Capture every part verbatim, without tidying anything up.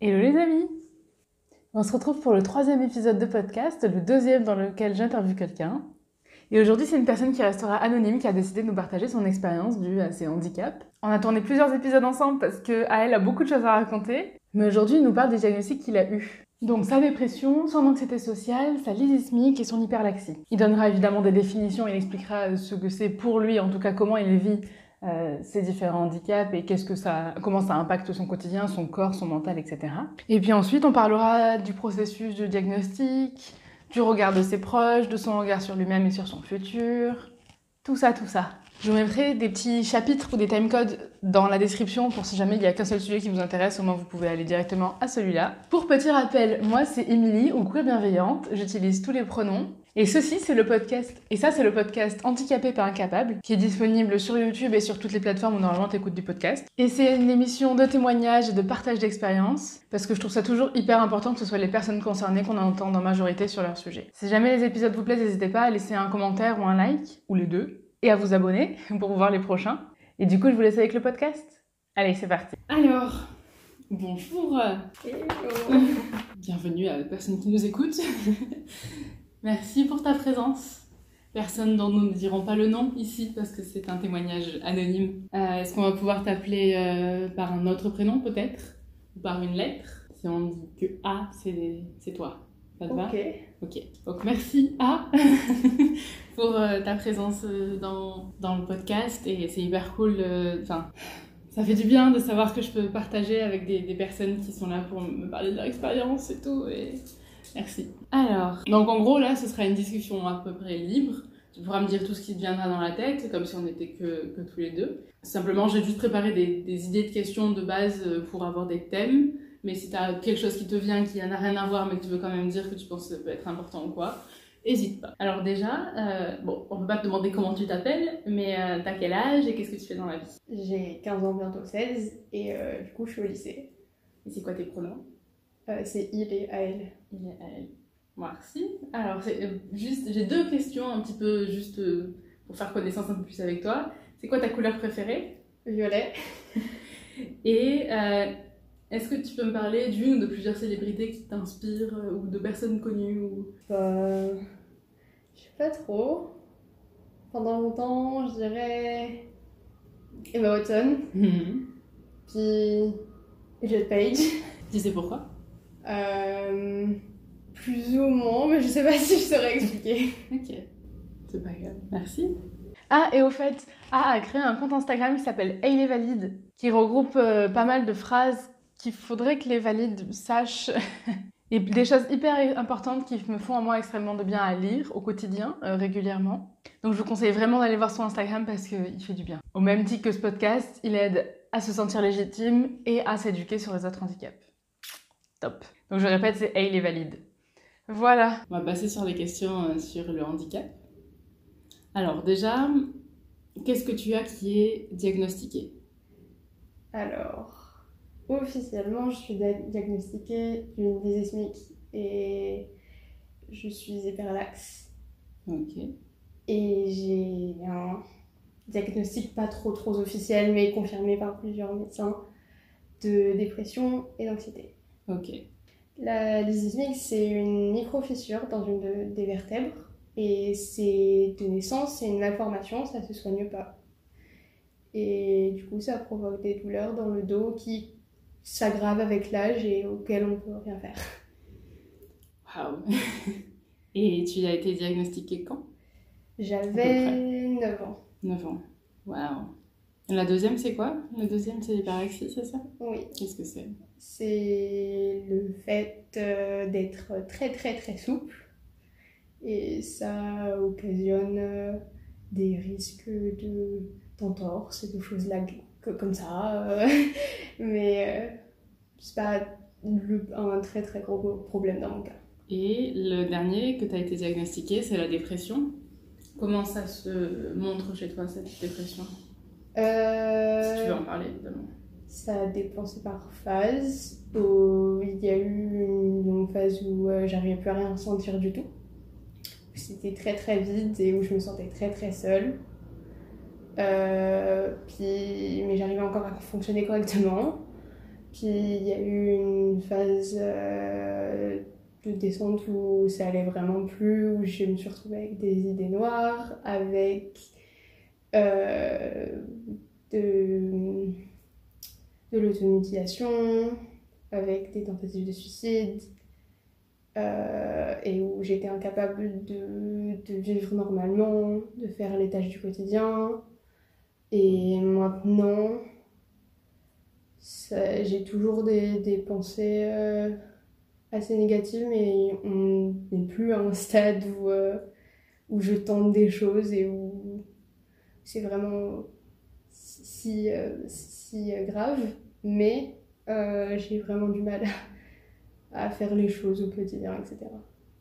Hello les amis! On se retrouve pour le troisième épisode de podcast, le deuxième dans lequel j'interviewe quelqu'un. Et aujourd'hui, c'est une personne qui restera anonyme qui a décidé de nous partager son expérience due à ses handicaps. On a tourné plusieurs épisodes ensemble parce qu'elle a beaucoup de choses à raconter. Mais aujourd'hui, il nous parle des diagnostics qu'il a eus. Donc sa dépression, son anxiété sociale, sa lysismique et son hyperlaxie. Il donnera évidemment des définitions, il expliquera ce que c'est pour lui, en tout cas comment il vit euh, ses différents handicaps et qu'est-ce que ça, comment ça impacte son quotidien, son corps, son mental, et cetera. Et puis ensuite, on parlera du processus de diagnostic, du regard de ses proches, de son regard sur lui-même et sur son futur, tout ça, tout ça. Je vous mettrai des petits chapitres ou des timecodes dans la description pour si jamais il n'y a qu'un seul sujet qui vous intéresse, au moins vous pouvez aller directement à celui-là. Pour petit rappel, moi c'est Émilie ou Queer Bienveillante, j'utilise tous les pronoms. Et ceci c'est le podcast, et ça c'est le podcast Handicapé pas incapable, qui est disponible sur YouTube et sur toutes les plateformes où normalement t'écoutes du podcast. Et c'est une émission de témoignages et de partage d'expériences, parce que je trouve ça toujours hyper important que ce soit les personnes concernées qu'on entende en majorité sur leur sujet. Si jamais les épisodes vous plaisent, n'hésitez pas à laisser un commentaire ou un like, ou les deux, et à vous abonner pour voir les prochains. Et du coup, je vous laisse avec le podcast. Allez, c'est parti. Alors, bonjour. Hello. Bienvenue à la personne qui nous écoute. Merci pour ta présence. Personne dont nous ne dirons pas le nom ici parce que c'est un témoignage anonyme. Euh, est-ce qu'on va pouvoir t'appeler euh, par un autre prénom peut-être? Ou par une lettre? Si on dit que A, c'est, c'est toi. Ça te va? Ok. Ok. Donc merci A pour euh, ta présence euh, dans, dans le podcast et c'est hyper cool. Enfin, euh, ça fait du bien de savoir que je peux partager avec des, des personnes qui sont là pour me parler de leur expérience et tout. Et merci. Alors, donc en gros là, ce sera une discussion à peu près libre. Tu pourras me dire tout ce qui te viendra dans la tête, comme si on n'était que, que tous les deux. Simplement, j'ai juste préparé des, des idées de questions de base pour avoir des thèmes. Mais si tu as quelque chose qui te vient, qui n'a rien à voir, mais que tu veux quand même dire que tu penses que ça peut être important ou quoi, n'hésite pas. Alors déjà, euh, bon, on ne peut pas te demander comment tu t'appelles, mais euh, t'as quel âge et qu'est-ce que tu fais dans la vie? J'ai quinze ans, bientôt seize, et euh, du coup je suis au lycée. Et c'est quoi tes pronoms? euh, C'est il et elle. Il et elle. Merci. Alors, c'est, euh, juste, j'ai deux questions un petit peu juste euh, pour faire connaissance un peu plus avec toi. C'est quoi ta couleur préférée? Violet. Et... Euh, est-ce que tu peux me parler d'une ou de plusieurs célébrités qui t'inspirent ou de personnes connues ou... Euh, je sais pas trop. Pendant longtemps, je dirais Emma Watson. Mm-hmm. Puis Elliot Page. Tu sais pourquoi? euh, Plus ou moins, mais je sais pas si je saurais expliquer. Ok, c'est pas grave. Merci. Ah, et au fait, A a créé un compte Instagram qui s'appelle Hey les Valides, qui regroupe euh, pas mal de phrases qu'il faudrait que les valides sachent et des choses hyper importantes qui me font à moi extrêmement de bien à lire au quotidien, euh, régulièrement. Donc je vous conseille vraiment d'aller voir son Instagram parce qu'il fait du bien. Au même titre que ce podcast, il aide à se sentir légitime et à s'éduquer sur les autres handicaps. Top. Donc je répète, c'est Hey les valides. Voilà. On va passer sur les questions sur le handicap. Alors déjà, qu'est-ce que tu as qui est diagnostiqué? Alors... Officiellement, je suis diagnostiquée d'une lysismique et je suis hyperlaxe. Ok. Et j'ai un diagnostic pas trop trop officiel, mais confirmé par plusieurs médecins, de dépression et d'anxiété. Ok. La lysismique, c'est une micro-fissure dans une de, des vertèbres et c'est de naissance, c'est une malformation, ça se soigne pas. Et du coup, ça provoque des douleurs dans le dos qui s'aggrave avec l'âge et auquel on peut rien faire. Waouh. Et tu as été diagnostiquée quand? J'avais neuf ans. neuf ans. Waouh. La deuxième, c'est quoi? La deuxième, c'est l'hyperlaxie, c'est ça? Oui. Qu'est-ce que c'est? C'est le fait euh, d'être très très très souple et ça occasionne euh, des risques de d'entorse et de choses là comme ça, euh, mais euh, c'est pas le, un très très gros problème dans mon cas. Et le dernier que tu as été diagnostiqué, c'est la dépression. Comment ça se montre chez toi, cette dépression? euh, Si tu veux en parler, évidemment. Ça dépend, c'est par phase. Où il y a eu une longue phase où euh, j'arrivais plus à rien ressentir du tout. C'était très très vide et où je me sentais très très seule. Euh, puis, mais j'arrivais encore à fonctionner correctement. Puis il y a eu une phase euh, de descente où ça allait vraiment plus, où je me suis retrouvée avec des idées noires, avec euh, de, de l'automutilation, avec des tentatives de suicide, euh, et où j'étais incapable de, de vivre normalement, de faire les tâches du quotidien. Et maintenant, ça, j'ai toujours des, des pensées euh, assez négatives, mais on n'est plus à un stade où, euh, où je tente des choses et où c'est vraiment si, euh, si euh, grave. Mais euh, j'ai vraiment du mal à faire les choses au quotidien, et cetera.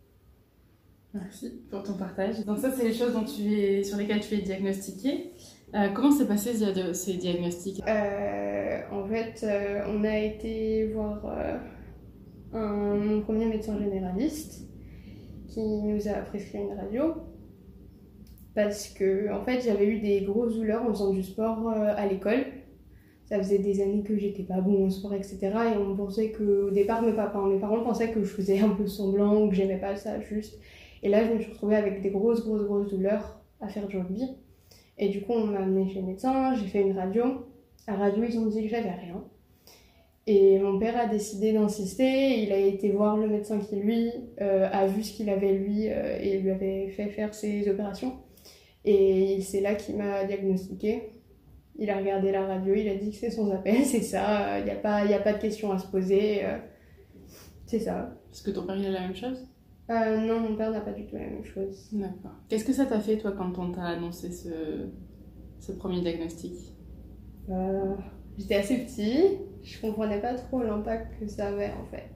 Merci pour ton partage. Donc ça, c'est les choses dont tu es, sur lesquelles tu es diagnostiquée. Euh, comment s'est passé ce- ces diagnostics? Euh, en fait, euh, on a été voir euh, un, mon premier médecin généraliste qui nous a prescrit une radio parce que en fait, j'avais eu des grosses douleurs en faisant du sport euh, à l'école. Ça faisait des années que j'étais pas bon au sport, et cetera. Et on pensait que, au départ, mes, papa, mes parents pensaient que je faisais un peu semblant ou que j'aimais pas ça juste. Et là, je me suis retrouvée avec des grosses, grosses, grosses douleurs à faire du rugby. Et du coup, on m'a amenée chez le médecin, j'ai fait une radio. À la radio, ils ont dit que j'avais rien. Et mon père a décidé d'insister. Il a été voir le médecin qui, lui, euh, a vu ce qu'il avait, lui, euh, et lui avait fait faire ses opérations. Et c'est là qu'il m'a diagnostiquée. Il a regardé la radio, il a dit que c'est sans appel, c'est ça, il n'y a, pas, y a pas de questions à se poser, euh, c'est ça. Est-ce que ton père, il a la même chose? Euh, non, mon père n'a pas du tout la même chose. D'accord. Qu'est-ce que ça t'a fait, toi, quand on t'a annoncé ce, ce premier diagnostic? Euh, J'étais assez petit, je comprenais pas trop l'impact que ça avait en fait.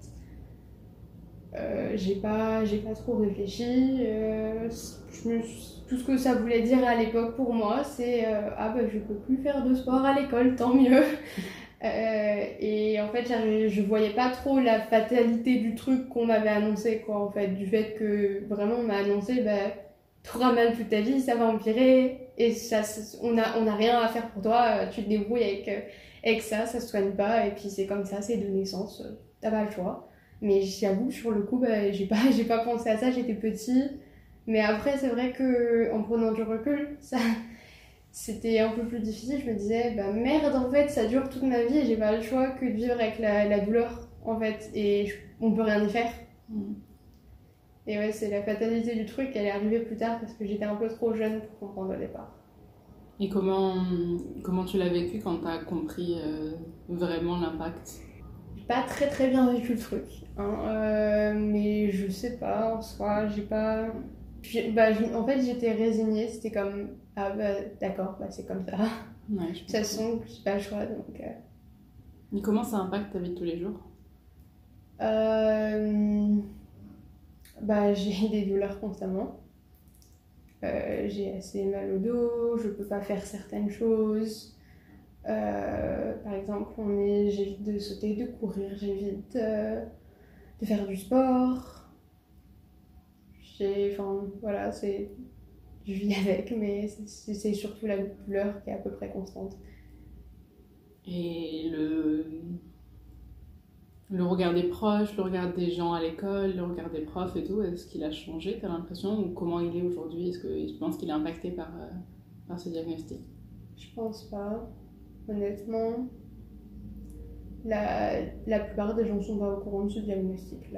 Euh, j'ai pas, j'ai pas trop réfléchi. Euh, je me, tout ce que ça voulait dire à l'époque pour moi, c'est euh, ah bah je peux plus faire de sport à l'école, tant mieux. Euh, et en fait, je voyais pas trop la fatalité du truc qu'on m'avait annoncé, quoi, en fait, du fait que vraiment on m'a annoncé, bah, t'auras mal toute ta vie, ça va empirer, et ça, on a, on a rien à faire pour toi, tu te débrouilles avec, avec ça, ça se soigne pas, et puis c'est comme ça, c'est de naissance, t'as pas le choix. Mais j'avoue, sur le coup, bah, j'ai pas, j'ai pas pensé à ça, j'étais petit, mais après, c'est vrai que en prenant du recul, ça. C'était un peu plus difficile, je me disais, bah merde, en fait, ça dure toute ma vie et j'ai pas le choix que de vivre avec la, la douleur, en fait, et je, on peut rien y faire. Mm. Et ouais, c'est la fatalité du truc, elle est arrivée plus tard parce que j'étais un peu trop jeune pour comprendre au départ. Et comment, comment tu l'as vécu quand t'as compris euh, vraiment l'impact? J'ai pas très très bien vécu le truc, hein, euh, mais je sais pas, en soi, j'ai pas... Bah, je, en fait, j'étais résignée, c'était comme, ah bah d'accord, bah, c'est comme ça. Ouais, de toute façon, j'ai pas le choix, donc... Euh... Et comment ça impacte ta vie de tous les jours? euh... Bah, j'ai des douleurs constamment. Euh, j'ai assez mal au dos, je peux pas faire certaines choses. Euh, par exemple, on est, j'évite de sauter, de courir, j'évite euh, de faire du sport. J'ai, enfin, voilà, c'est, je vis avec, mais c'est, c'est surtout la douleur qui est à peu près constante. Et le, le regard des proches, le regard des gens à l'école, le regard des profs et tout, est-ce qu'il a changé, t'as l'impression, ou comment il est aujourd'hui? Est-ce que tu penses qu'il est impacté par, euh, par ce diagnostic? Je pense pas, honnêtement. La, la plupart des gens sont pas au courant de ce diagnostic-là.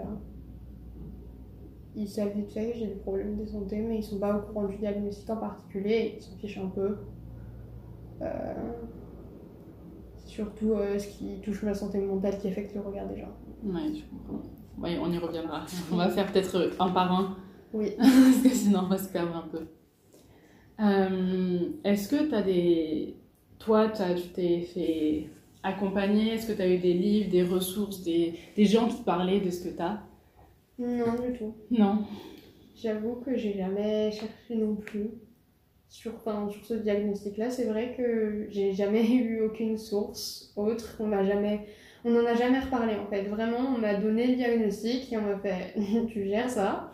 Ils savent vite fait que j'ai des problèmes de santé, mais ils sont pas au courant du diagnostic en particulier et ils s'en fichent un peu. Euh, c'est surtout euh, ce qui touche ma santé mentale qui affecte le regard des gens. Ouais, je comprends. Ouais, on y reviendra. On va faire peut-être un par un. Oui. Parce que sinon on va se perdre un peu. Euh, est-ce que tu as des... Toi, t'as, tu t'es fait accompagner? Est-ce que tu as eu des livres, des ressources, des, des gens qui te parlaient de ce que tu as? Non, du tout. Non. J'avoue que j'ai jamais cherché non plus sur, enfin, sur ce diagnostic-là. C'est vrai que j'ai jamais eu aucune source autre. On m'a jamais, on n'en a jamais reparlé en fait. Vraiment, on m'a donné le diagnostic et on m'a fait tu gères ça.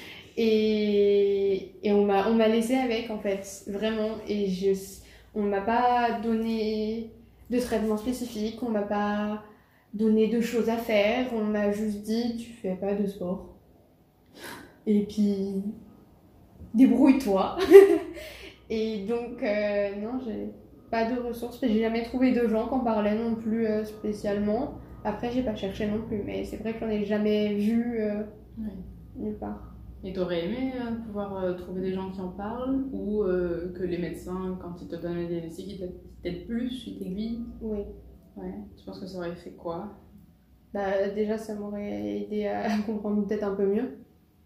Et, et on m'a, on m'a laissé avec en fait, vraiment. Et je, on m'a pas donné de traitement spécifique, on m'a pas donné de choses à faire. On m'a juste dit, tu fais pas de sport. Et puis, débrouille-toi. Et donc, euh, non, j'ai pas de ressources. J'ai jamais trouvé de gens qui en parlaient non plus euh, spécialement. Après, j'ai pas cherché non plus, mais c'est vrai que j'en ai jamais vu euh, Oui. nulle part. Et t'aurais aimé euh, pouvoir euh, trouver des gens qui en parlent ou euh, que les médecins, quand ils te donnent le diagnostic, ils t'a- ils t'aident plus, ils t'aiguillent? Oui. Ouais. Tu penses que ça aurait fait quoi? Bah, déjà, ça m'aurait aidé à comprendre peut-être un peu mieux.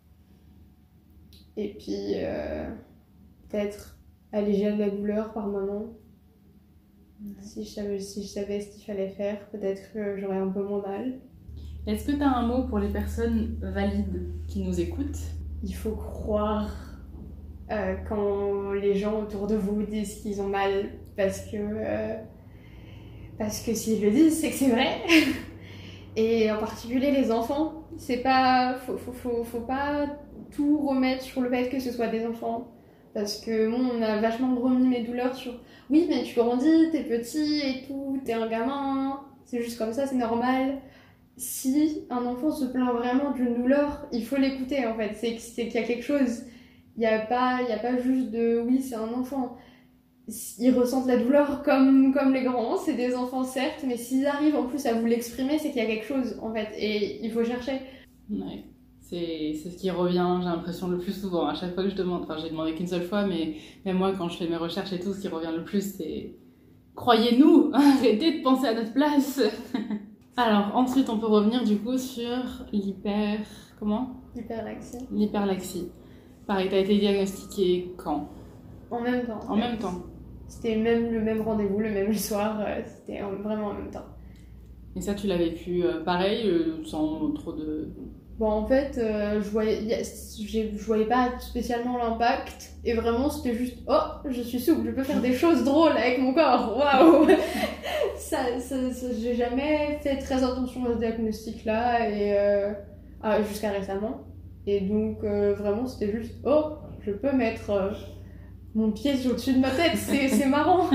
Et puis, euh, peut-être alléger la douleur par moment. Ouais. Si je savais, si je savais ce qu'il fallait faire, peut-être que j'aurais un peu moins mal. Est-ce que tu as un mot pour les personnes valides qui nous écoutent? Il faut croire euh, quand les gens autour de vous disent qu'ils ont mal, parce que, euh, parce que s'ils le disent, c'est que c'est vrai. Et en particulier les enfants, c'est pas, faut, faut, faut, faut pas tout remettre sur le fait que ce soit des enfants. Parce que bon, on a vachement remis mes douleurs sur oui, mais tu grandis, t'es petit et tout, t'es un gamin, c'est juste comme ça, c'est normal. Si un enfant se plaint vraiment d'une douleur, il faut l'écouter en fait. C'est, c'est qu'il y a quelque chose. Il n'y a, pas, il y a pas juste de oui, c'est un enfant. Ils ressentent la douleur comme, comme les grands, c'est des enfants certes, mais s'ils arrivent en plus à vous l'exprimer, c'est qu'il y a quelque chose en fait. Et il faut chercher. Ouais. C'est, c'est ce qui revient, j'ai l'impression, le plus souvent. À chaque fois que je demande, enfin, j'ai demandé qu'une seule fois, mais même moi, quand je fais mes recherches et tout, ce qui revient le plus, c'est croyez-nous, arrêtez de penser à notre place. Alors, ensuite, on peut revenir du coup sur l'hyper. Comment? Hyperlaxie. L'hyperlaxie. Pareil, t'as été diagnostiqué quand? En même temps. En même temps. C'était même le même rendez-vous, le même soir, euh, c'était en- vraiment en même temps. Et ça, tu l'as vécu euh, pareil, euh, sans trop de. Bon, en fait, euh, je, voyais, y a- j'ai- je voyais pas spécialement l'impact, et vraiment, c'était juste oh, je suis souple, je peux faire des choses drôles avec mon corps, waouh! ça, ça, ça- j'ai jamais fait très attention à ce diagnostic-là, et euh, ah, jusqu'à récemment. Et donc, euh, vraiment, c'était juste oh, je peux mettre euh, mon pied au-dessus de ma tête, c'est, c'est marrant!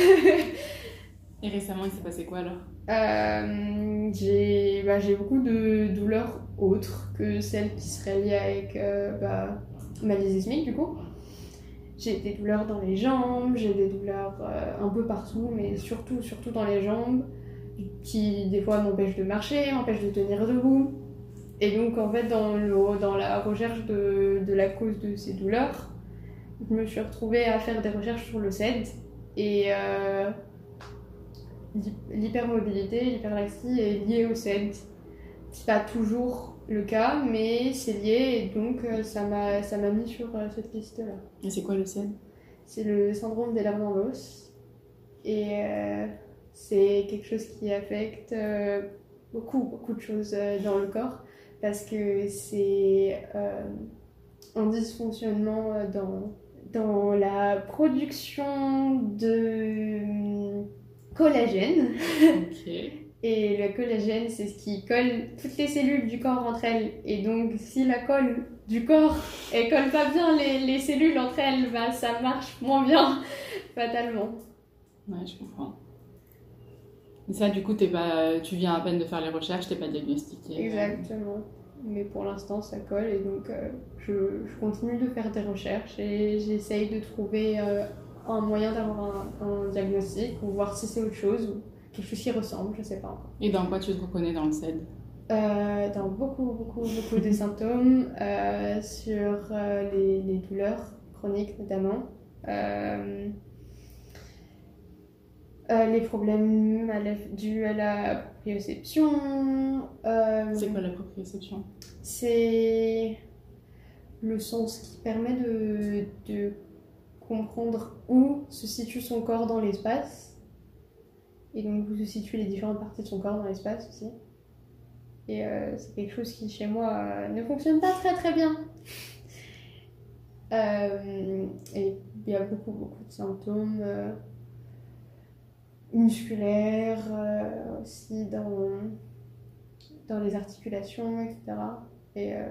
Et récemment, il s'est passé quoi alors? Euh, j'ai bah, j'ai beaucoup de douleurs autres que celles qui seraient liées avec euh, bah, ma lysismique du coup. J'ai des douleurs dans les jambes, j'ai des douleurs euh, un peu partout, mais surtout, surtout dans les jambes, qui des fois m'empêchent de marcher, m'empêchent de tenir debout. Et donc en fait dans, le, dans la recherche de, de la cause de ces douleurs, je me suis retrouvée à faire des recherches sur le C E D. Et euh, l'hypermobilité, l'hyperlaxie est liée au C E D. C'est pas toujours le cas, mais c'est lié et donc euh, ça m'a ça m'a mis sur euh, cette liste-là. Et c'est quoi le C E D? C'est le syndrome des nerfs dans l'os et euh, c'est quelque chose qui affecte euh, beaucoup beaucoup de choses euh, dans le corps parce que c'est euh, un dysfonctionnement euh, dans dans la production de collagène. Ok. Et le collagène, c'est ce qui colle toutes les cellules du corps entre elles. Et donc, si la colle du corps, elle colle pas bien les, les cellules entre elles, bah, ça marche moins bien, fatalement. Ouais, je comprends. Et ça, du coup, t'es pas, tu viens à peine de faire les recherches, t'es pas diagnostiqué. Exactement. Mais pour l'instant, ça colle et donc euh, je, je continue de faire des recherches et j'essaye de trouver euh, un moyen d'avoir un, un diagnostic ou voir si c'est autre chose ou quelque chose qui ressemble, je sais pas encore. Et dans quoi tu te reconnais dans le C E D? Euh, dans beaucoup, beaucoup, beaucoup de symptômes, euh, sur euh, les, les douleurs chroniques notamment, euh, euh, les problèmes à la- dus à la proprioception. euh, C'est quoi la proprioception? C'est le sens qui permet de, de comprendre où se situe son corps dans l'espace. Et donc où se situent les différentes parties de son corps dans l'espace aussi. Et euh, c'est quelque chose qui chez moi euh, ne fonctionne pas très très bien. Euh, et il y a beaucoup beaucoup de symptômes euh, musculaires euh, aussi dans, dans les articulations, et cetera. Et euh,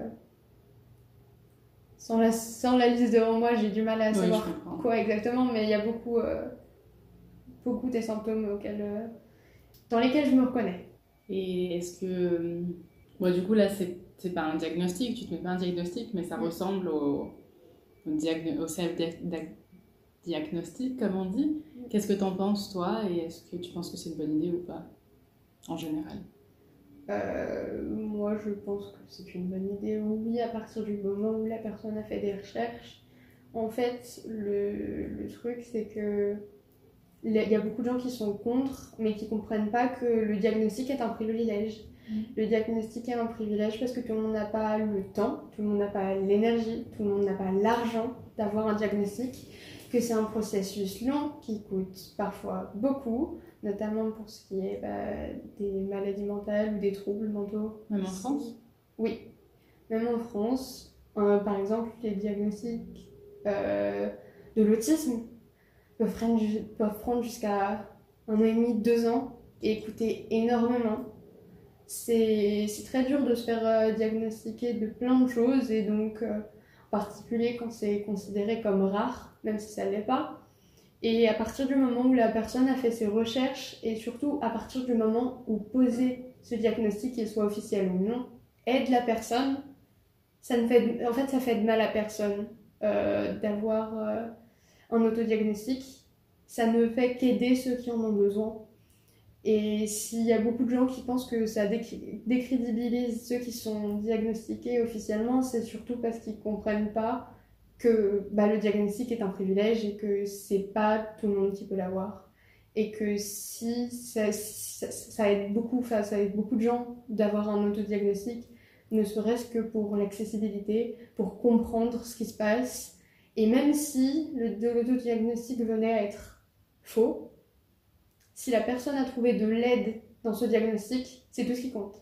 sans, la, sans la liste devant moi, j'ai du mal à Oui, savoir je comprends. quoi exactement, mais il y a beaucoup, euh, beaucoup des symptômes auxquels, euh, dans lesquels je me reconnais. Et est-ce que... Bon, du coup, là, c'est, c'est pas un diagnostic, tu te mets pas un diagnostic, mais ça Mm. ressemble au, au, diagno- au self-diagnostic, comme on dit. Qu'est-ce que t'en penses, toi, et est-ce que tu penses que c'est une bonne idée ou pas, en général? Euh, moi, je pense que c'est une bonne idée. Oui, à partir du moment où la personne a fait des recherches. En fait, le, le truc, c'est que il y a beaucoup de gens qui sont contre, mais qui comprennent pas que le diagnostic est un privilège. Mmh. Le diagnostic est un privilège parce que tout le monde n'a pas le temps, tout le monde n'a pas l'énergie, tout le monde n'a pas l'argent d'avoir un diagnostic, que c'est un processus long qui coûte parfois beaucoup, notamment pour ce qui est bah, des maladies mentales ou des troubles mentaux. Même en France? Oui, même en France. Euh, par exemple, les diagnostics euh, de l'autisme peuvent prendre, peuvent prendre jusqu'à un an et demi, deux ans et coûter énormément. C'est, c'est très dur de se faire euh, diagnostiquer de plein de choses et donc euh, en particulier quand c'est considéré comme rare, même si ça ne l'est pas. Et à partir du moment où la personne a fait ses recherches et surtout à partir du moment où poser ce diagnostic, qu'il soit officiel ou non, aide la personne, ça ne fait, en fait ça fait de mal à personne euh, d'avoir euh, un autodiagnostic. Ça ne fait qu'aider ceux qui en ont besoin. Et s'il y a beaucoup de gens qui pensent que ça décrédibilise ceux qui sont diagnostiqués officiellement, c'est surtout parce qu'ils ne comprennent pas que bah, le diagnostic est un privilège et que c'est pas tout le monde qui peut l'avoir. Et que si ça, ça, ça aide beaucoup, enfin, ça aide beaucoup de gens d'avoir un autodiagnostic, ne serait-ce que pour l'accessibilité, pour comprendre ce qui se passe. Et même si le, l'autodiagnostic venait à être faux, si la personne a trouvé de l'aide dans ce diagnostic, c'est tout ce qui compte.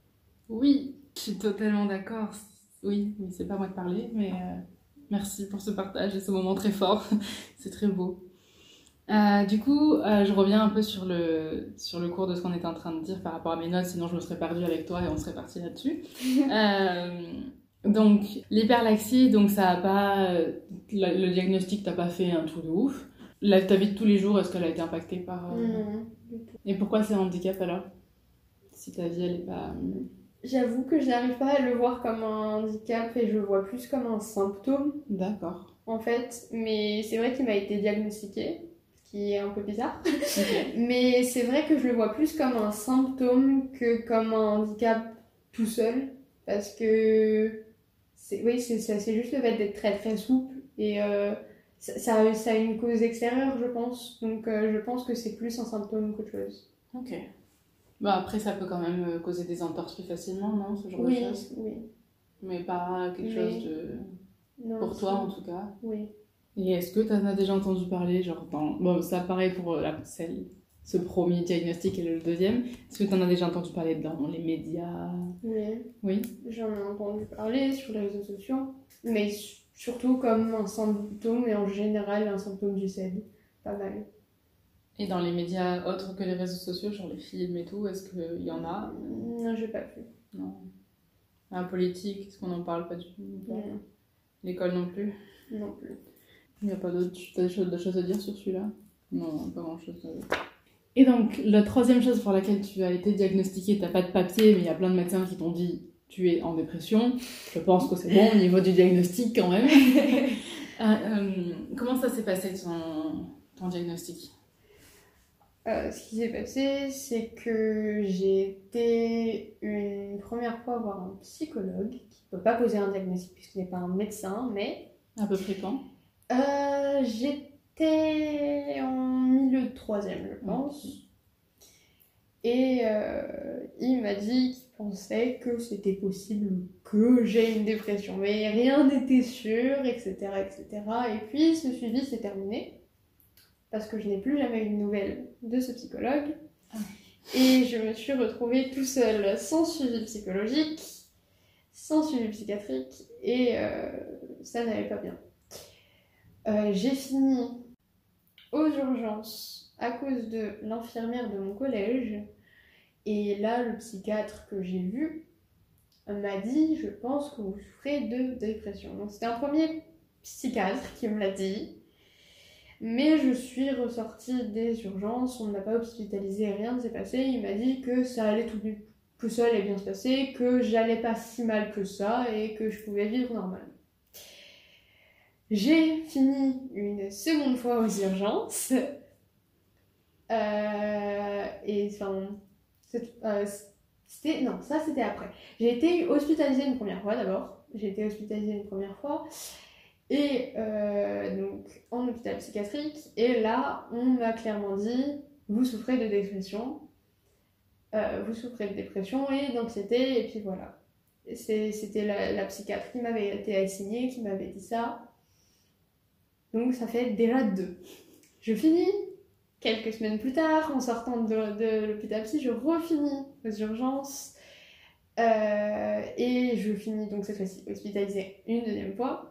Oui, je suis totalement d'accord. Oui, oui, c'est pas moi de parler, mais euh, merci pour ce partage et ce moment très fort. C'est très beau. Euh, du coup, euh, je reviens un peu sur le, sur le cours de ce qu'on était en train de dire par rapport à mes notes, sinon je me serais perdue avec toi et on serait parti là-dessus. euh, donc, l'hyperlaxie, donc ça a pas... Le, le diagnostic, t'as pas fait un truc de ouf. La, ta vie de tous les jours, est-ce qu'elle a été impactée par... Euh... Non, du tout. Et pourquoi c'est un handicap alors? Si ta vie, elle est pas... J'avoue que je n'arrive pas à le voir comme un handicap et je le vois plus comme un symptôme. D'accord. En fait, mais c'est vrai qu'il m'a été diagnostiqué, ce qui est un peu bizarre. Okay. Mais c'est vrai que je le vois plus comme un symptôme que comme un handicap tout seul. Parce que, c'est, oui, c'est, c'est juste le fait d'être très très souple et euh, ça, ça, ça a une cause extérieure, je pense. Donc euh, je pense que c'est plus un symptôme qu'autre chose. Ok. Bon, après, ça peut quand même causer des entorses plus facilement, non, ce genre oui, de choses? Oui, mais pas quelque Mais... chose de... Non, pour toi, en tout cas? Oui. Et est-ce que tu en as déjà entendu parler, genre dans... Bon, ça pareil pour la, celle, ce premier diagnostic et le deuxième. Est-ce que tu en as déjà entendu parler dans les médias? Oui. Oui. J'en ai entendu parler sur les réseaux sociaux, mais surtout comme un symptôme et en général un symptôme du C E D. Pas mal. Et dans les médias autres que les réseaux sociaux, genre les films et tout, est-ce qu'il y en a? Non, j'ai pas vu. Non. La politique, est-ce qu'on en parle pas du tout? Non. L'école non plus? Non plus. Il n'y a pas d'autres choses, choses à dire sur celui-là? Non, pas grand-chose. Et donc, la troisième chose pour laquelle tu as été diagnostiquée, t'as pas de papier, mais il y a plein de médecins qui t'ont dit tu es en dépression. Je pense que c'est bon au niveau du diagnostic quand même. euh, euh, comment ça s'est passé ton, ton diagnostic? Euh, ce qui s'est passé, c'est que j'ai été une première fois voir un psychologue qui ne peut pas poser un diagnostic puisqu'il n'est pas un médecin, mais... À peu près quand? euh, J'étais en milieu de troisième, je pense. Okay. Et euh, il m'a dit qu'il pensait que c'était possible que j'ai une dépression, mais rien n'était sûr, et cetera, et cetera. Et puis ce suivi s'est terminé. Parce que je n'ai plus jamais eu de nouvelles de ce psychologue. Ah. Et je me suis retrouvée tout seule, sans suivi psychologique, sans suivi psychiatrique, et euh, ça n'allait pas bien. Euh, j'ai fini aux urgences à cause de l'infirmière de mon collège, et là, le psychiatre que j'ai vu m'a dit « Je pense que vous souffrez de dépression ». Donc c'était un premier psychiatre qui me l'a dit. Mais je suis ressortie des urgences, on ne m'a pas hospitalisée, rien ne s'est passé. Il m'a dit que ça allait tout bien, que ça allait bien se passer, que j'allais pas si mal que ça et que je pouvais vivre normalement. J'ai fini une seconde fois aux urgences. Euh, et enfin, euh, c'était non, ça c'était après. J'ai été hospitalisée une première fois d'abord. J'ai été hospitalisée une première fois. Et euh, donc en hôpital psychiatrique, et là on m'a clairement dit vous souffrez de dépression, euh, vous souffrez de dépression et d'anxiété, et puis voilà. C'est, c'était la, la psychiatre qui m'avait été assignée, qui m'avait dit ça. Donc ça fait déjà deux. Je finis quelques semaines plus tard, en sortant de, de l'hôpital psy, je refinis aux urgences euh, et je finis donc cette fois-ci hospitalisée une deuxième fois.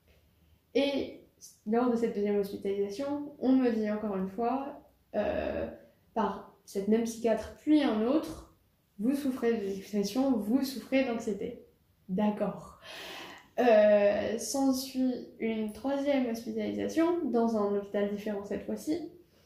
Et lors de cette deuxième hospitalisation, on me dit encore une fois, euh, par cette même psychiatre puis un autre, vous souffrez de dépression, vous souffrez d'anxiété. D'accord. Euh, s'ensuit une troisième hospitalisation dans un hôpital différent cette fois-ci.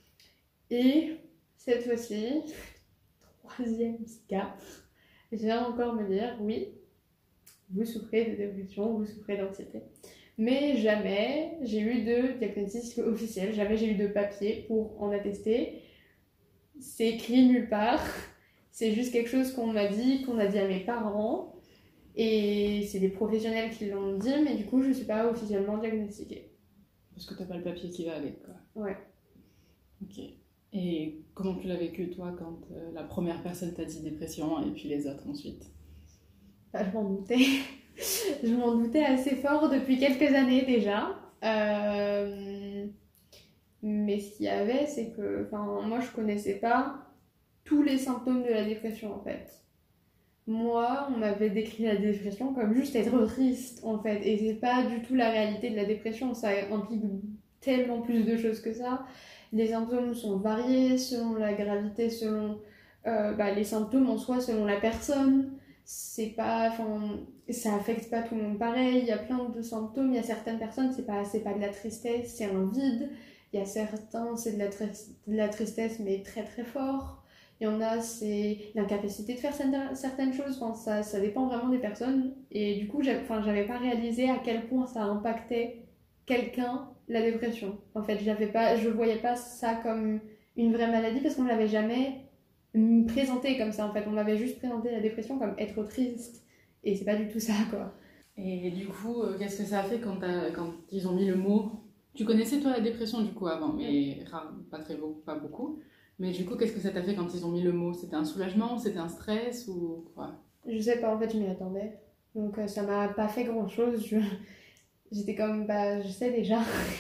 Et cette fois-ci, troisième psychiatre vient encore me dire, oui, vous souffrez de dépression, vous souffrez d'anxiété. Mais jamais j'ai eu de diagnostic officiel, jamais j'ai eu de papier pour en attester. C'est écrit nulle part, c'est juste quelque chose qu'on m'a dit, qu'on a dit à mes parents, et c'est des professionnels qui l'ont dit, mais du coup je ne suis pas officiellement diagnostiquée. Parce que t'as pas le papier qui va avec, quoi. Ouais. Ok. Et comment tu l'as vécu, toi, quand euh, la première personne t'a dit dépression et puis les autres ensuite? Bah, je m'en doutais. Je m'en doutais assez fort depuis quelques années déjà. Euh... Mais ce qu'il y avait, c'est que moi, je connaissais pas tous les symptômes de la dépression, en fait. Moi, on m'avait décrit la dépression comme juste être triste, en fait. Et c'est pas du tout la réalité de la dépression. Ça implique tellement plus de choses que ça. Les symptômes sont variés selon la gravité, selon euh, bah, les symptômes en soi, selon la personne. C'est pas, enfin, ça affecte pas tout le monde pareil. Il y a plein de symptômes. Il y a certaines personnes, c'est pas, c'est pas de la tristesse, c'est un vide. Il y a certains, c'est de la, tri- de la tristesse, mais très très fort. Il y en a, c'est l'incapacité de faire certaines choses. Enfin, ça, ça dépend vraiment des personnes. Et du coup, j'avais, enfin, j'avais pas réalisé à quel point ça impactait quelqu'un, la dépression. En fait, j'avais pas, je voyais pas ça comme une vraie maladie parce qu'on me l'avait jamais présenté comme ça. En fait, on m'avait juste présenté la dépression comme être triste. Et c'est pas du tout ça, quoi. Et du coup, euh, qu'est-ce que ça a fait quand, quand ils ont mis le mot? Tu connaissais toi la dépression du coup avant, mais rare, pas très beau, pas beaucoup. Mais du coup, qu'est-ce que ça t'a fait quand ils ont mis le mot? C'était un soulagement? C'était un stress ou quoi? Je sais pas, en fait, je m'y attendais. Donc euh, ça m'a pas fait grand-chose. Je... J'étais comme, bah, je sais déjà.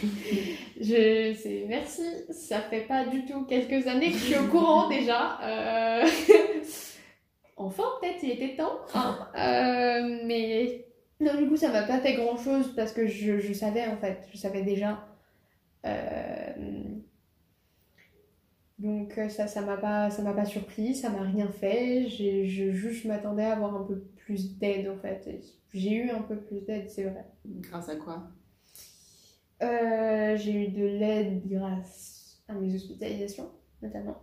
je sais, merci. Ça fait pas du tout quelques années que je suis au courant déjà. Euh... Enfin, peut-être, il était temps. Hein. Euh, mais non, du coup, ça m'a pas fait grand-chose parce que je, je savais, en fait. Je savais déjà. Euh... Donc ça, ça m'a pas, ça m'a pas surpris, ça m'a rien fait. J'ai, je juste je m'attendais à avoir un peu plus d'aide, en fait. Et j'ai eu un peu plus d'aide, c'est vrai. Grâce à quoi? Euh, j'ai eu de l'aide grâce à mes hospitalisations, notamment.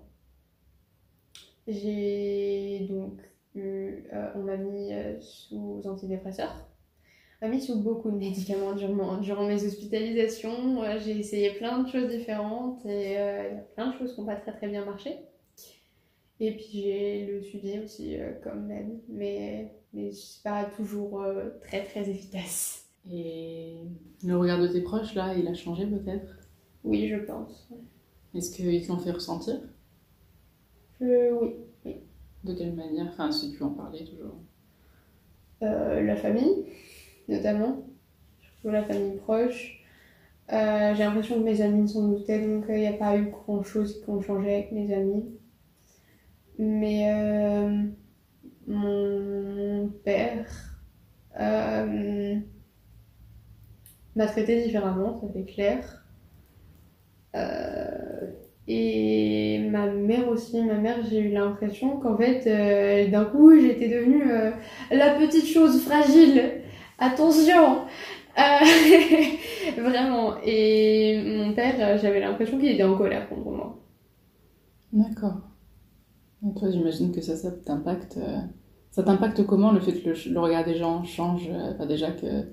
J'ai donc eu, euh, on m'a mis euh, sous antidépresseurs. On m'a mis sous beaucoup de médicaments durant, durant mes hospitalisations. Euh, j'ai essayé plein de choses différentes et euh, il y a plein de choses qui n'ont pas très très bien marché. Et puis j'ai le suivi aussi euh, comme aide, mais, mais c'est pas toujours euh, très très efficace. Et le regard de tes proches là, il a changé peut-être? Oui, je pense. Est-ce qu'ils te l'ont fait ressentir? Euh, oui, oui. De quelle manière? Enfin, si tu en parlais toujours. Euh, la famille, notamment. Surtout la famille proche. Euh, j'ai l'impression que mes amis s'en doutaient, donc il euh, n'y a pas eu grand-chose qui ont changé avec mes amis. Mais euh, mon père euh, m'a traité différemment, ça c'est clair. Euh, et ma mère aussi, ma mère, j'ai eu l'impression qu'en fait, euh, d'un coup, j'étais devenue euh, la petite chose fragile. Attention, Euh, Vraiment. Et mon père, j'avais l'impression qu'il était en colère contre moi. D'accord. Et toi, j'imagine que ça, ça t'impacte. euh, Ça t'impacte comment le fait que le, le regard des gens change euh, enfin, déjà que.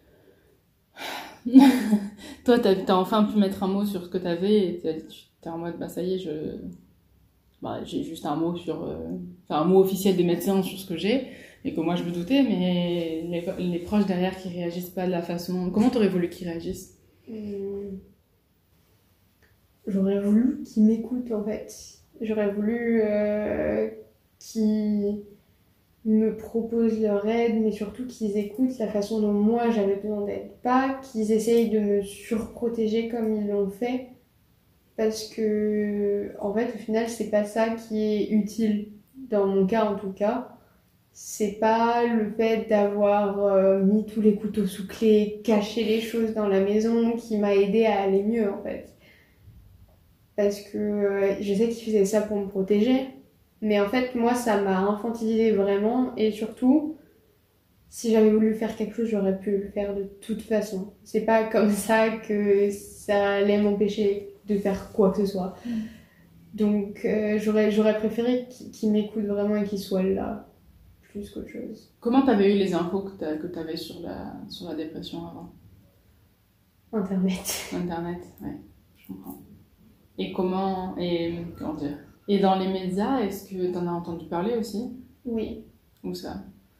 Toi, t'as, t'as enfin pu mettre un mot sur ce que t'avais et t'es, t'es en mode, bah ça y est, je. Bah, j'ai juste un mot sur. euh, Enfin, un mot officiel des médecins sur ce que j'ai, et que moi je me doutais, mais les, les proches derrière qui réagissent pas de la façon. Comment t'aurais voulu qu'ils réagissent? Hum, J'aurais voulu qu'ils m'écoutent en fait. J'aurais voulu euh, qu'ils me proposent leur aide, mais surtout qu'ils écoutent la façon dont moi j'avais besoin d'aide. Pas qu'ils essayent de me surprotéger comme ils l'ont fait, parce que en fait au final c'est pas ça qui est utile, dans mon cas en tout cas. C'est pas le fait d'avoir euh, mis tous les couteaux sous clé, caché les choses dans la maison qui m'a aidé à aller mieux en fait. Parce que euh, je sais qu'ils faisaient ça pour me protéger, mais en fait moi ça m'a infantilisé vraiment, et surtout si j'avais voulu faire quelque chose j'aurais pu le faire de toute façon. C'est pas comme ça que ça allait m'empêcher de faire quoi que ce soit. Mm. Donc euh, j'aurais, j'aurais préféré qu'ils, qu'ils m'écoutent vraiment et qu'ils soient là plus qu'autre chose. Comment t'avais eu les infos que, t'as, que t'avais sur la, sur la dépression avant? Internet. Internet, ouais, je comprends. Et comment, et comment dire? Et dans les médias, est-ce que t'en as entendu parler aussi? Oui. Où ça?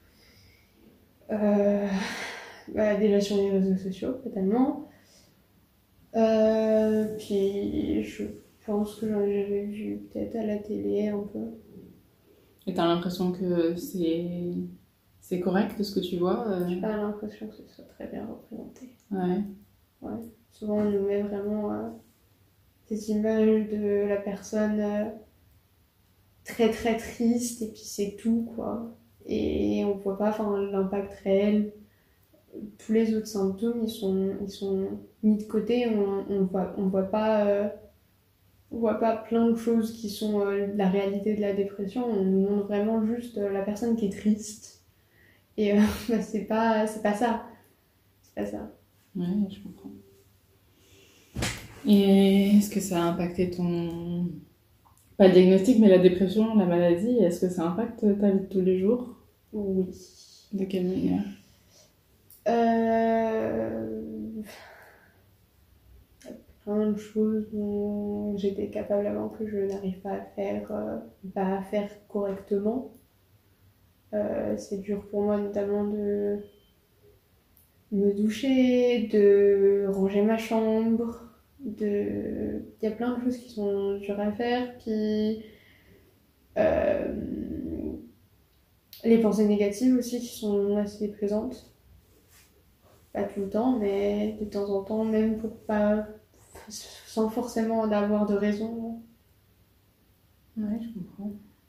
Euh, bah, déjà sur les réseaux sociaux, totalement. Euh, puis je pense que j'en ai jamais vu peut-être à la télé un peu. Et t'as l'impression que c'est, c'est correct ce que tu vois? euh J'ai pas l'impression que ce soit très bien représenté. Ouais. Ouais. Souvent on nous met vraiment euh, ces images de la personne euh, très très triste et puis c'est tout quoi. Et on voit pas enfin, l'impact réel. Tous les autres symptômes ils sont, ils sont mis de côté, on, on voit, on voit pas. Euh, on voit pas plein de choses qui sont euh, la réalité de la dépression, on nous montre vraiment juste euh, la personne qui est triste. Et euh, bah, c'est pas, c'est pas ça. C'est pas ça. Ouais, je comprends. Et est-ce que ça a impacté ton... Pas le diagnostic, mais la dépression, la maladie, est-ce que ça impacte ta vie de tous les jours? Oui. De quelle manière? Euh... Plein de choses dont j'étais capable avant que je n'arrive pas à faire, euh, pas à faire correctement. Euh, c'est dur pour moi notamment de me doucher, de ranger ma chambre, de... Il y a plein de choses qui sont dures à faire, puis euh, les pensées négatives aussi qui sont assez présentes. Pas tout le temps, mais de temps en temps, même pour pas... sans forcément en avoir de raison. Ouais, je comprends.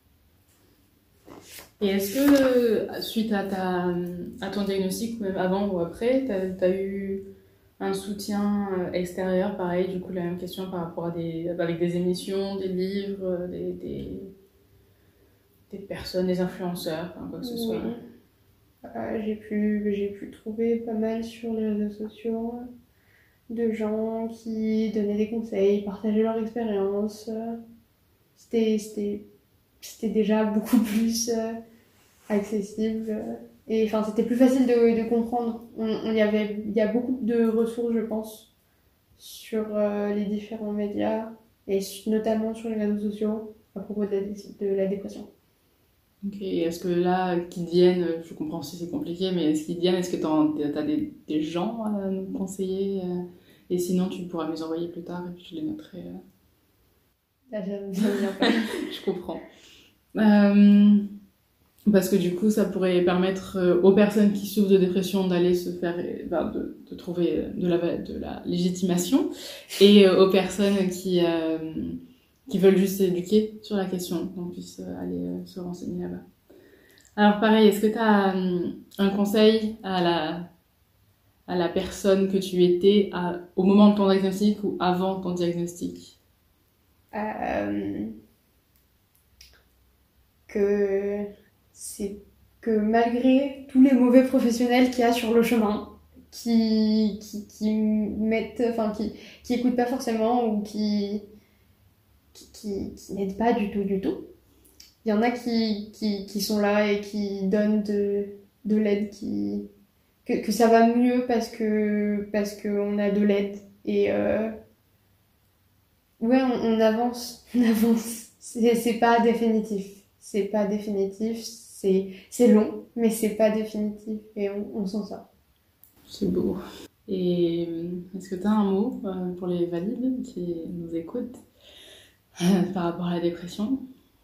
Et est-ce que, suite à, ta, à ton diagnostic, même avant ou après, tu as eu un soutien extérieur, pareil, du coup, la même question par rapport à des, avec des émissions, des livres, des, des, des personnes, des influenceurs, enfin, quoi que ce soit? Oui. Euh, j'ai pu, j'ai pu trouver pas mal sur les réseaux sociaux de gens qui donnaient des conseils, partageaient leur expérience. C'était, c'était, c'était déjà beaucoup plus euh, accessible. Et enfin, c'était plus facile de, de comprendre. On, on y avait, il y a beaucoup de ressources, je pense, sur euh, les différents médias, et notamment sur les réseaux sociaux, à propos de la, de la dépression. Ok, et est-ce que là, qu'ils viennent, je comprends si c'est compliqué, mais est-ce qu'ils viennent, est-ce que tu as des, des gens à nous conseiller euh, et sinon, tu pourras me les envoyer plus tard et puis je les noterai. Euh... Là, j'aime bien pas. Je comprends. Euh, parce que du coup, ça pourrait permettre aux personnes qui souffrent de dépression d'aller se faire, ben, de, de trouver de la, de la légitimation, et aux personnes qui, euh, qui veulent juste s'éduquer sur la question, qu'on puisse aller se renseigner là-bas. Alors pareil, est-ce que tu as un conseil à la, à la personne que tu étais à, au moment de ton diagnostic ou avant ton diagnostic? euh, que c'est que malgré tous les mauvais professionnels qu'il y a sur le chemin, qui, qui, qui mettent, enfin, qui, qui écoutent pas forcément ou qui, qui, qui, qui n'aident pas du tout, du tout. Il y en a qui, qui, qui sont là et qui donnent de, de l'aide, qui, que, que ça va mieux parce que, parce qu'on a de l'aide. Et euh, ouais, on, on avance, on avance. C'est, c'est pas définitif. C'est pas définitif. C'est, c'est long, mais c'est pas définitif. Et on, on sent ça. C'est beau. Et est-ce que tu as un mot euh, pour les valides qui nous écoutent euh, par rapport à la dépression?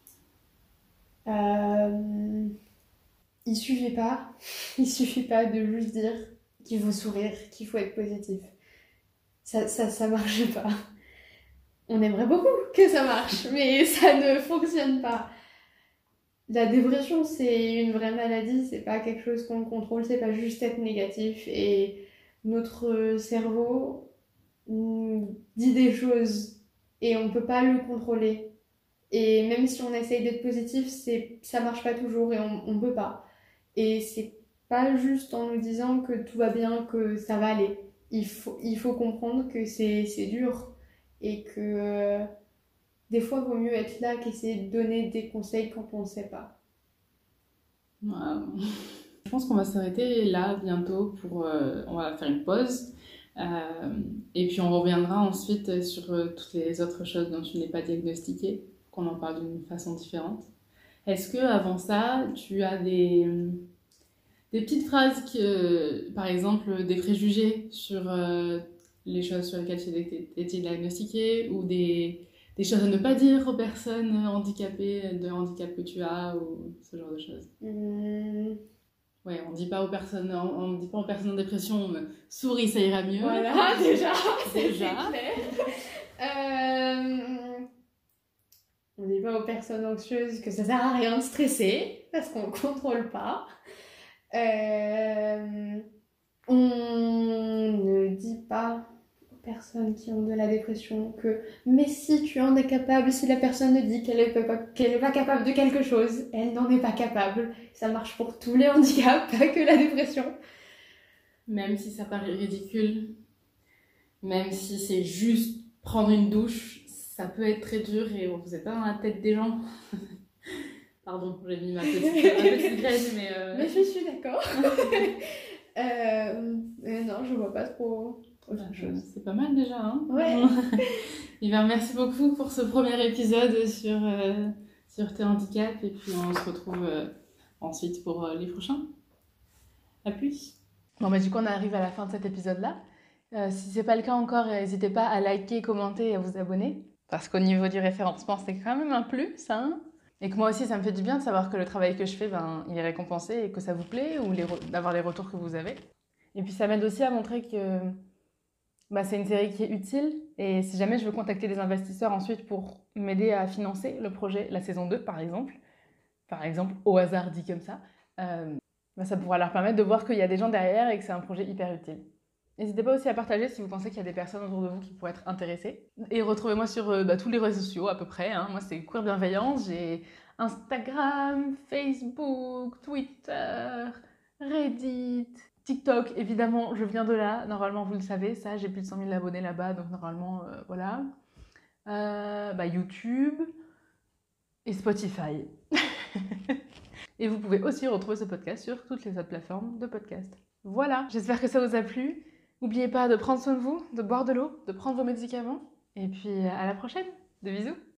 Euh, il suffit pas, il suffit pas de juste dire qu'il faut sourire, qu'il faut être positif. Ça, ça, ça marche pas. On aimerait beaucoup que ça marche, mais ça ne fonctionne pas. La dépression, c'est une vraie maladie, c'est pas quelque chose qu'on contrôle, c'est pas juste être négatif. Et notre cerveau dit des choses et on peut pas le contrôler. Et même si on essaye d'être positif, c'est, ça marche pas toujours et on, on peut pas. Et c'est pas juste en nous disant que tout va bien, que ça va aller. Il faut, il faut comprendre que c'est, c'est dur et que euh, des fois, il vaut mieux être là qu'essayer de donner des conseils quand on ne sait pas. Wow. Je pense qu'on va s'arrêter là bientôt pour... Euh, on va faire une pause. Euh, et puis on reviendra ensuite sur euh, toutes les autres choses dont tu n'es pas diagnostiquée, qu'on en parle d'une façon différente. Est-ce que avant ça, tu as des, des petites phrases, que, par exemple des préjugés sur euh, les choses sur lesquelles tu as été diagnostiquée ou des, des choses à ne pas dire aux personnes handicapées, de handicap que tu as ou ce genre de choses? Mmh. Ouais, on dit pas aux personnes, on, on dit pas aux personnes en dépression, souris, ça ira mieux. Voilà, déjà, c'est Déjà. clair. euh... On dit pas aux personnes anxieuses que ça sert à rien de stresser parce qu'on contrôle pas. Euh... On ne dit pas aux personnes qui ont de la dépression que mais si tu en es capable, si la personne ne dit qu'elle est pas, qu'elle est pas capable de quelque chose, elle n'en est pas capable. Ça marche pour tous les handicaps, pas que la dépression. Même si ça paraît ridicule, même si c'est juste prendre une douche, ça peut être très dur et vous n'êtes pas dans la tête des gens. Pardon, j'ai mis ma petite, ma petite graine, mais... Euh... Mais je suis d'accord. euh, mais non, je vois pas trop autre Bah, chose. C'est pas mal déjà, hein? Ouais. Et bien, merci beaucoup pour ce premier épisode sur, euh, sur tes handicaps et puis on se retrouve euh, ensuite pour euh, les prochains. À plus. Bon, bah, du coup, on arrive à la fin de cet épisode-là. Euh, si c'est pas le cas encore, n'hésitez pas à liker, commenter et à vous abonner. Parce qu'au niveau du référencement, c'est quand même un plus, hein. Et que moi aussi, ça me fait du bien de savoir que le travail que je fais, ben, il est récompensé et que ça vous plaît ou les re- d'avoir les retours que vous avez. Et puis ça m'aide aussi à montrer que bah, c'est une série qui est utile. Et si jamais je veux contacter des investisseurs ensuite pour m'aider à financer le projet, la saison deux par exemple, par exemple au hasard dit comme ça, euh, bah, ça pourra leur permettre de voir qu'il y a des gens derrière et que c'est un projet hyper utile. N'hésitez pas aussi à partager si vous pensez qu'il y a des personnes autour de vous qui pourraient être intéressées. Et retrouvez-moi sur euh, bah, tous les réseaux sociaux à peu près. Hein. Moi, c'est Queer Bienveillance. J'ai Instagram, Facebook, Twitter, Reddit, TikTok. Évidemment, je viens de là. Normalement, vous le savez, ça, j'ai plus de cent mille abonnés là-bas. Donc, normalement, euh, voilà. Euh, bah, YouTube et Spotify. Et vous pouvez aussi retrouver ce podcast sur toutes les autres plateformes de podcast. Voilà, j'espère que ça vous a plu. N'oubliez pas de prendre soin de vous, de boire de l'eau, de prendre vos médicaments. Et puis à la prochaine. De bisous.